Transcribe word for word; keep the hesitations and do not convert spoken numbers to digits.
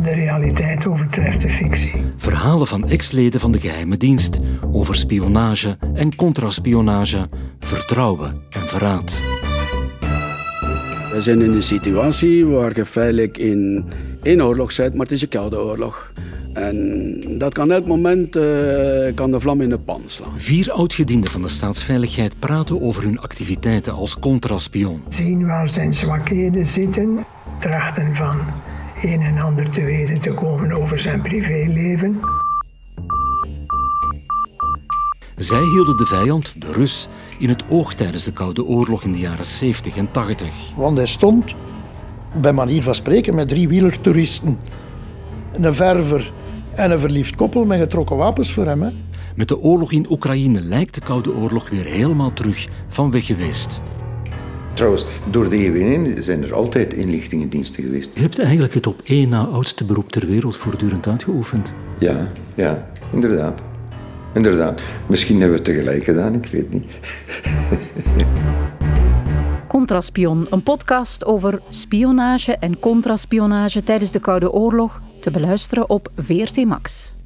De realiteit overtreft de fictie. Verhalen van ex-leden van de geheime dienst over spionage en contraspionage, vertrouwen en verraad. We zijn in een situatie waar je feitelijk in één oorlog zit, maar het is een koude oorlog. En dat kan elk moment uh, kan de vlam in de pan slaan. Vier oud-gedienden van de staatsveiligheid praten over hun activiteiten als contraspion. Zien waar zijn zwakheden zitten, trachten van een en ander te weten te komen over zijn privéleven. Zij hielden de vijand, de Rus, in het oog tijdens de Koude Oorlog in de jaren zeventig en tachtig. Want hij stond, bij manier van spreken, met drie wielertoeristen. Een verver en een verliefd koppel met getrokken wapens voor hem. Hè. Met de oorlog in Oekraïne lijkt de Koude Oorlog weer helemaal terug van weg geweest. Trouwens, door de eeuwen heen zijn er altijd inlichtingendiensten geweest. Je hebt eigenlijk het op één na oudste beroep ter wereld voortdurend uitgeoefend. Ja, ja, inderdaad. Inderdaad. Misschien hebben we het tegelijk gedaan, ik weet niet. Contraspion, een podcast over spionage en contraspionage tijdens de Koude Oorlog, te beluisteren op V R T Max.